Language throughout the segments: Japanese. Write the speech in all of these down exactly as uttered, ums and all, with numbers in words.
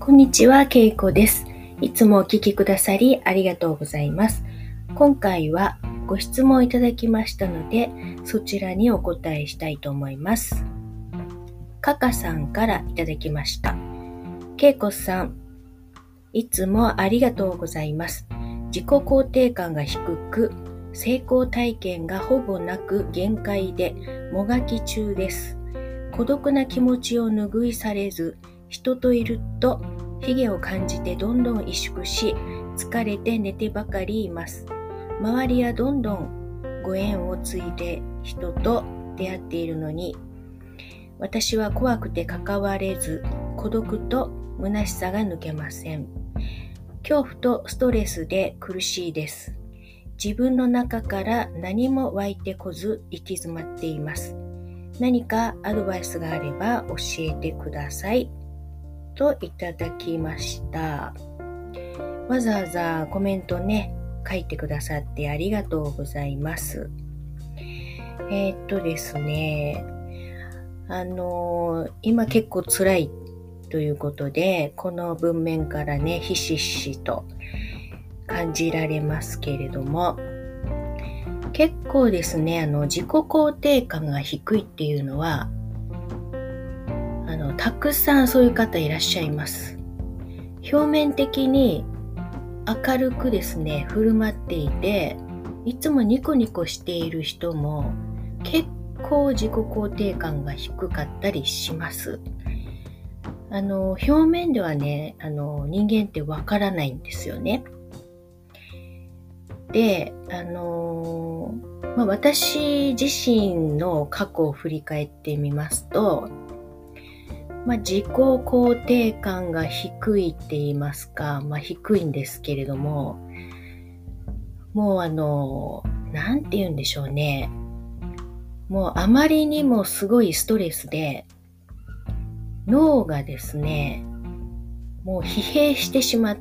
こんにちは、けいこです。いつもお聞きくださりありがとうございます。今回はご質問いただきましたので、そちらにお答えしたいと思います。かかさんからいただきました。けいこさん、いつもありがとうございます。自己肯定感が低く、成功体験がほぼなく限界でもがき中です。孤独な気持ちを拭いされず、人といると卑下を感じてどんどん萎縮し、疲れて寝てばかりいます。周りはどんどんご縁を継いで人と出会っているのに、私は怖くて関われず、孤独と虚しさが抜けません。恐怖とストレスで苦しいです。自分の中から何も湧いてこず行き詰まっています。何かアドバイスがあれば教えてください。といただきました。わざわざコメントね、書いてくださってありがとうございます。えー、っとですね、あのー、今結構辛いということで、この文面からね、ひしひしと感じられますけれども、結構ですね、あの、自己肯定感が低いっていうのは、あの、たくさんそういう方いらっしゃいます。表面的に明るくですね、振る舞っていて、いつもニコニコしている人も結構自己肯定感が低かったりします。あの、表面ではね、あの、人間ってわからないんですよね。で、あのーまあ、私自身の過去を振り返ってみますと、まあ、自己肯定感が低いって言いますか、まあ、低いんですけれども、もうあの、なんて言うんでしょうね。もうあまりにもすごいストレスで、脳がですね、もう疲弊してしまって、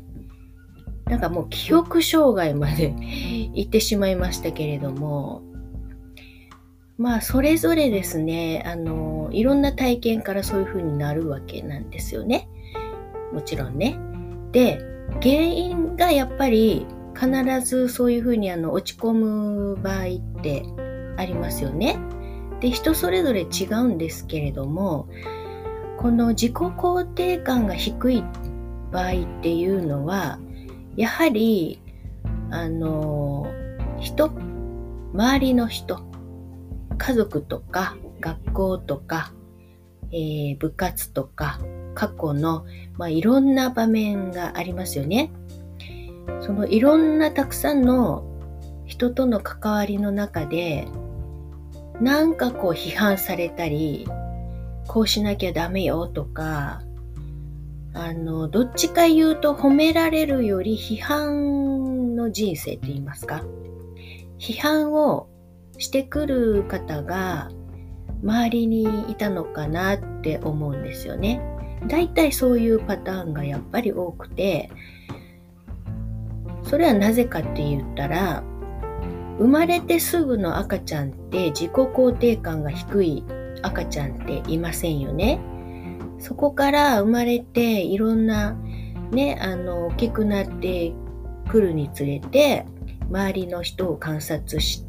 なんかもう記憶障害まで行ってしまいましたけれども、まあそれぞれですね、あの、いろんな体験からそういう風になるわけなんですよね。もちろんね。で、原因がやっぱり必ずそういう風にあの落ち込む場合ってありますよね。で、人それぞれ違うんですけれども、この自己肯定感が低い場合っていうのは、やはり、あの、人、周りの人、家族とか学校とか、えー、部活とか過去の、まあ、いろんな場面がありますよね。そのいろんなたくさんの人との関わりの中で、なんかこう批判されたり、こうしなきゃダメよとか、あの、どっちか言うと褒められるより批判の人生って言いますか。批判をしてくる方が周りにいたのかなって思うんですよね。だいたいそういうパターンがやっぱり多くて、それはなぜかって言ったら、生まれてすぐの赤ちゃんって自己肯定感が低い赤ちゃんっていませんよね。そこから生まれていろんなね、あの、大きくなってくるにつれて、周りの人を観察して、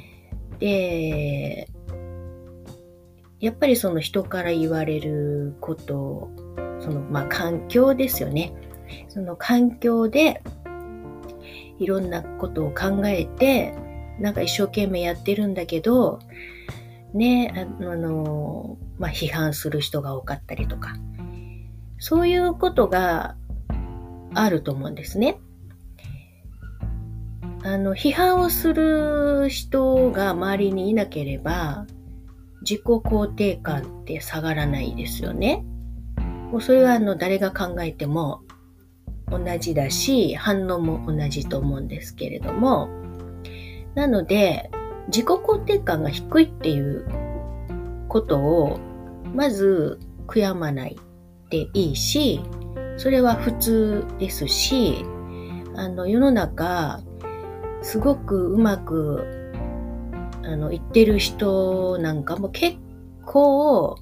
で、やっぱりその人から言われることを、その、まあ、環境ですよね。その環境でいろんなことを考えて、なんか一生懸命やってるんだけど、ね、あの、まあ、批判する人が多かったりとか、そういうことがあると思うんですね。あの、批判をする人が周りにいなければ、自己肯定感って下がらないですよね。もうそれはあの、誰が考えても同じだし、反応も同じと思うんですけれども、なので、自己肯定感が低いっていうことを、まず悔やまないでいいし、それは普通ですし、あの、世の中、すごくうまく、あの、言ってる人なんかも結構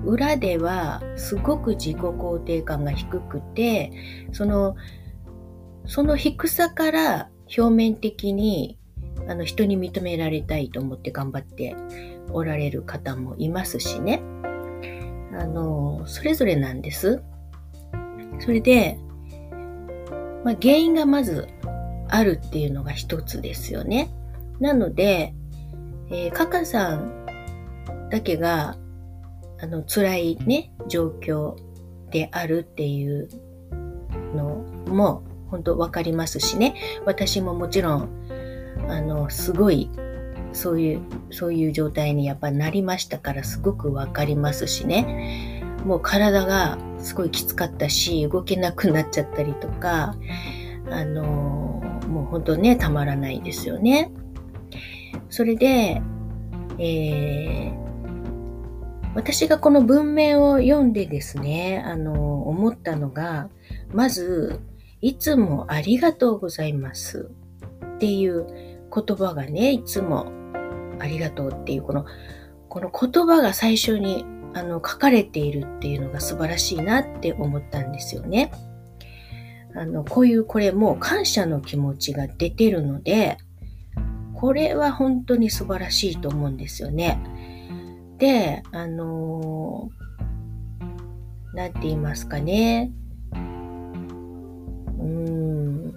裏ではすごく自己肯定感が低くて、その、その低さから表面的にあの人に認められたいと思って頑張っておられる方もいますしね。あの、それぞれなんです。それで、まあ、原因がまずあるっていうのが一つですよね。なので、えー、カカさんだけがあの辛いね状況であるっていうのも本当わかりますしね。私ももちろんあのすごいそういうそういう状態にやっぱなりましたから、すごくわかりますしね。もう体がすごいきつかったし、動けなくなっちゃったりとか、あのもう本当ねたまらないですよね。それで、えー、私がこの文面を読んでですね、あの思ったのが、まずいつもありがとうございますっていう言葉がね、いつもありがとうっていうこのこの言葉が最初にあの書かれているっていうのが素晴らしいなって思ったんですよね。あのこういうこれもう感謝の気持ちが出てるので、これは本当に素晴らしいと思うんですよね。で、あのー、なんて言いますかね。うーん。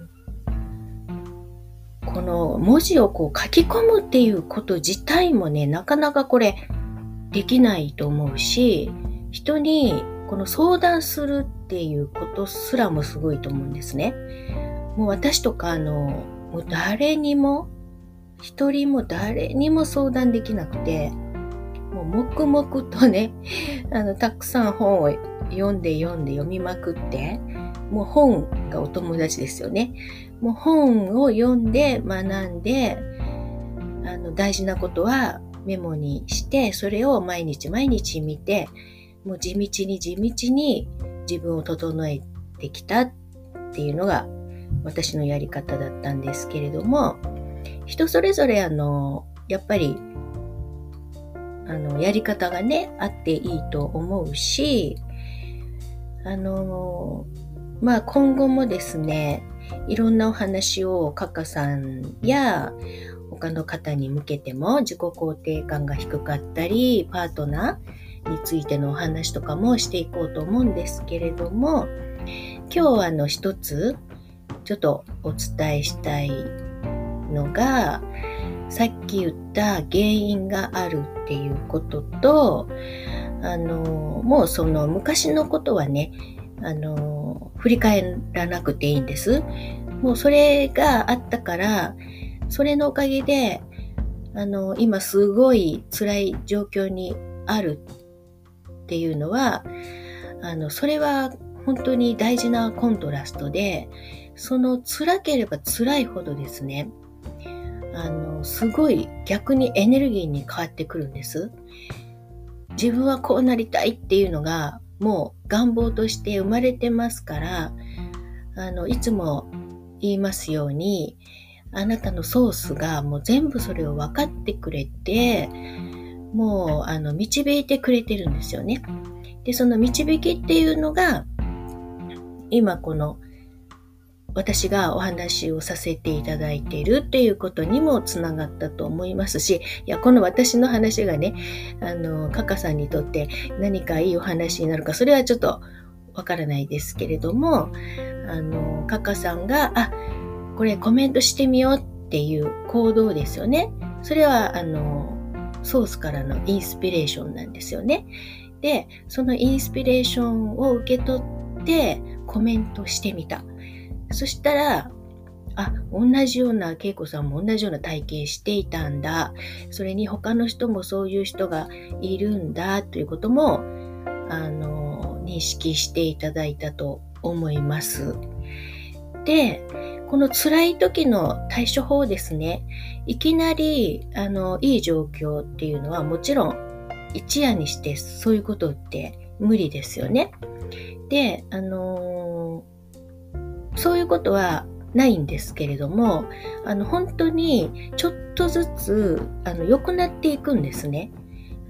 この文字をこう書き込むっていうこと自体もね、なかなかこれできないと思うし、人にこの相談するっていうことすらもすごいと思うんですね。もう私とかあの、もう誰にも、一人も誰にも相談できなくて、もう黙々とね、あの、たくさん本を読んで読んで読みまくって、もう本がお友達ですよね。もう本を読んで学んで、あの、大事なことはメモにして、それを毎日毎日見て、もう地道に地道に自分を整えてきたっていうのが私のやり方だったんですけれども、人それぞれあの、やっぱりあの、やり方がね、あっていいと思うし、あの、まあ、今後もですね、いろんなお話をカカさんや他の方に向けても、自己肯定感が低かったり、パートナーについてのお話とかもしていこうと思うんですけれども、今日はあの一つちょっとお伝えしたいのが、さっき言った原因があるっていうことと、あの、もうその昔のことはね、あの、振り返らなくていいんです。もうそれがあったから、それのおかげで、あの、今すごい辛い状況にあるっていうのは、あの、それは本当に大事なコントラストで、その辛ければ辛いほどですね、あの、すごい逆にエネルギーに変わってくるんです。自分はこうなりたいっていうのがもう願望として生まれてますから、あの、いつも言いますように、あなたのソースがもう全部それを分かってくれて、もうあの導いてくれてるんですよね。で、その導きっていうのが、今この私がお話をさせていただいているっていうことにもつながったと思いますし、いや、この私の話がね、あの、カカさんにとって何かいいお話になるか、それはちょっとわからないですけれども、あの、カカさんが、あ、これコメントしてみようっていう行動ですよね。それは、あの、ソースからのインスピレーションなんですよね。で、そのインスピレーションを受け取ってコメントしてみた。そしたら、あ、同じような、恵子さんも同じような体験していたんだ。それに他の人もそういう人がいるんだということも、あの、認識していただいたと思います。で、この辛い時の対処法ですね。いきなり、あの、いい状況っていうのはもちろん一夜にしてそういうことって無理ですよね。で、あのーそういうことはないんですけれども、あの本当にちょっとずつあの良くなっていくんですね。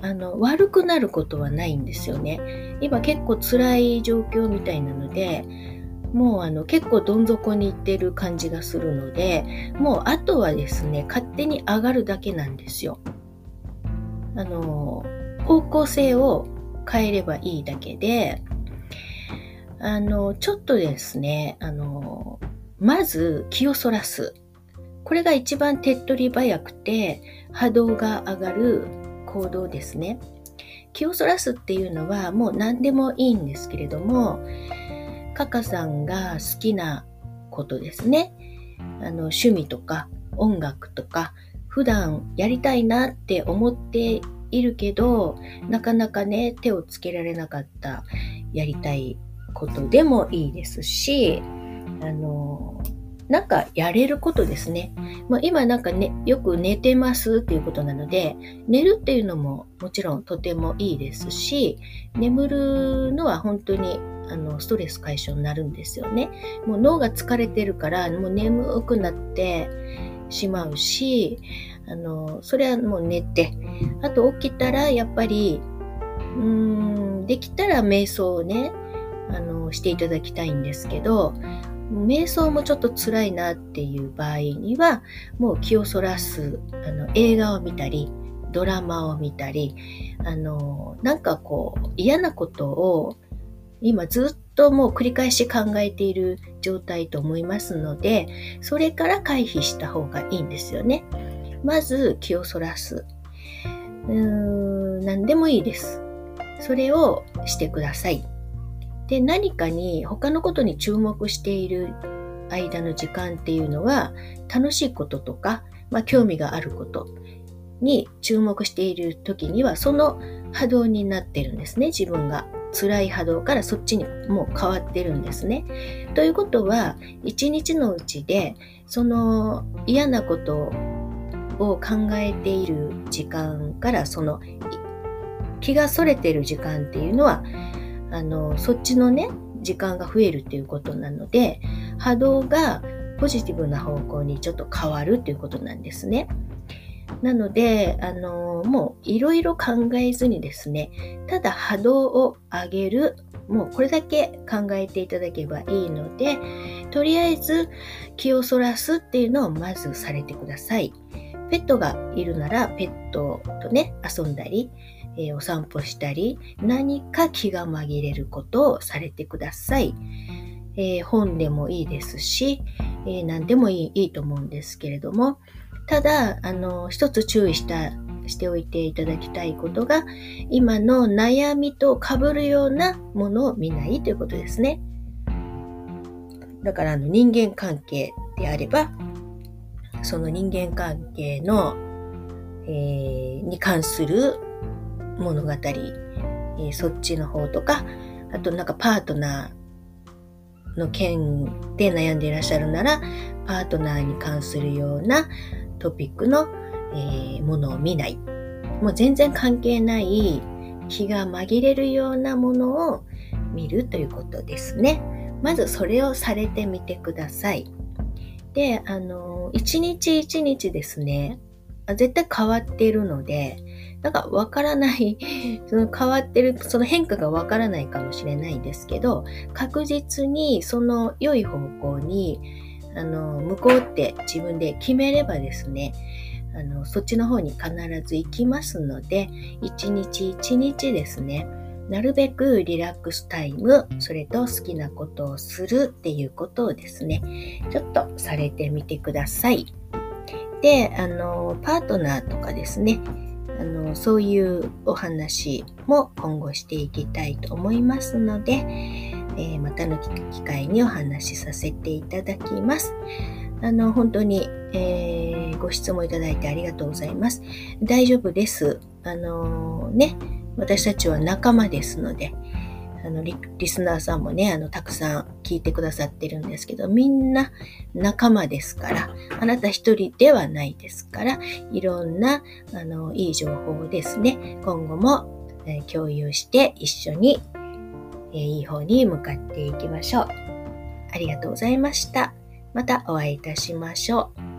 あの、悪くなることはないんですよね。今結構辛い状況みたいなので、もうあの結構どん底に行ってる感じがするので、もうあとはですね、勝手に上がるだけなんですよ。あの、方向性を変えればいいだけで、あの、ちょっとですね、あの、まず気をそらす。これが一番手っ取り早くて波動が上がる行動ですね。気をそらすっていうのはもう何でもいいんですけれども、カカさんが好きなことですね。あの趣味とか音楽とか普段やりたいなって思っているけど、なかなかね手をつけられなかったやりたいことでもいいですし、あのなんかやれることですね。まあ、今なんかね、よく寝てますっていうことなので、寝るっていうのももちろんとてもいいですし、眠るのは本当にあのストレス解消になるんですよね。もう脳が疲れてるからもう眠くなってしまうし、あのそれはもう寝て、あと起きたらやっぱりうーんできたら瞑想をねあのしていただきたいんですけど、瞑想もちょっと辛いなっていう場合には、もう気をそらすあの映画を見たりドラマを見たり、あのなんかこう嫌なことを今ずっともう繰り返し考えている状態と思いますので、それから回避した方がいいんですよね。まず気をそらす。うーん、何でもいいです。それをしてください。で、何かに他のことに注目している間の時間っていうのは、楽しいこととか、まあ、興味があることに注目している時にはその波動になってるんですね。自分が辛い波動からそっちにもう変わってるんですね。ということは、一日のうちでその嫌なことを考えている時間からその気がそれている時間っていうのはあのそっちのね時間が増えるっていうことなので、波動がポジティブな方向にちょっと変わるっていうことなんですね。なのであのもういろいろ考えずにですね、ただ波動を上げる、もうこれだけ考えていただけばいいので、とりあえず気をそらすっていうのをまずされてください。ペットがいるならペットとね遊んだり、えー、お散歩したり、何か気が紛れることをされてください。えー、本でもいいですし、えー、何でもいい、いいと思うんですけれども、ただあの一つ注意したしておいていただきたいことが、今の悩みと被るようなものを見ないということですね。だからあの人間関係であれば、その人間関係の、えー、に関する物語、えー、そっちの方とか、あとなんかパートナーの件で悩んでいらっしゃるなら、パートナーに関するようなトピックの、えー、ものを見ない。もう全然関係ない気が紛れるようなものを見るということですね。まずそれをされてみてください。で、あの、一日一日ですね、絶対変わっているので、なんかわからない、その変わってる、その変化がわからないかもしれないんですけど、確実にその良い方向に、あの、向こうって自分で決めればですね、あの、そっちの方に必ず行きますので、一日一日ですね、なるべくリラックスタイム、それと好きなことをするっていうことをですね、ちょっとされてみてください。で、あの、パートナーとかですね、あの、そういうお話も今後していきたいと思いますので、えー、またの機会にお話しさせていただきます。あの、本当に、えー、ご質問いただいてありがとうございます。大丈夫です。あのね、私たちは仲間ですので、あの リ, リスナーさんもね、あのたくさん聞いてくださってるんですけど、みんな仲間ですから、あなた一人ではないですから、いろんなあのいい情報をですね、今後も、えー、共有して一緒に、えー、いい方に向かっていきましょう。ありがとうございました。またお会いいたしましょう。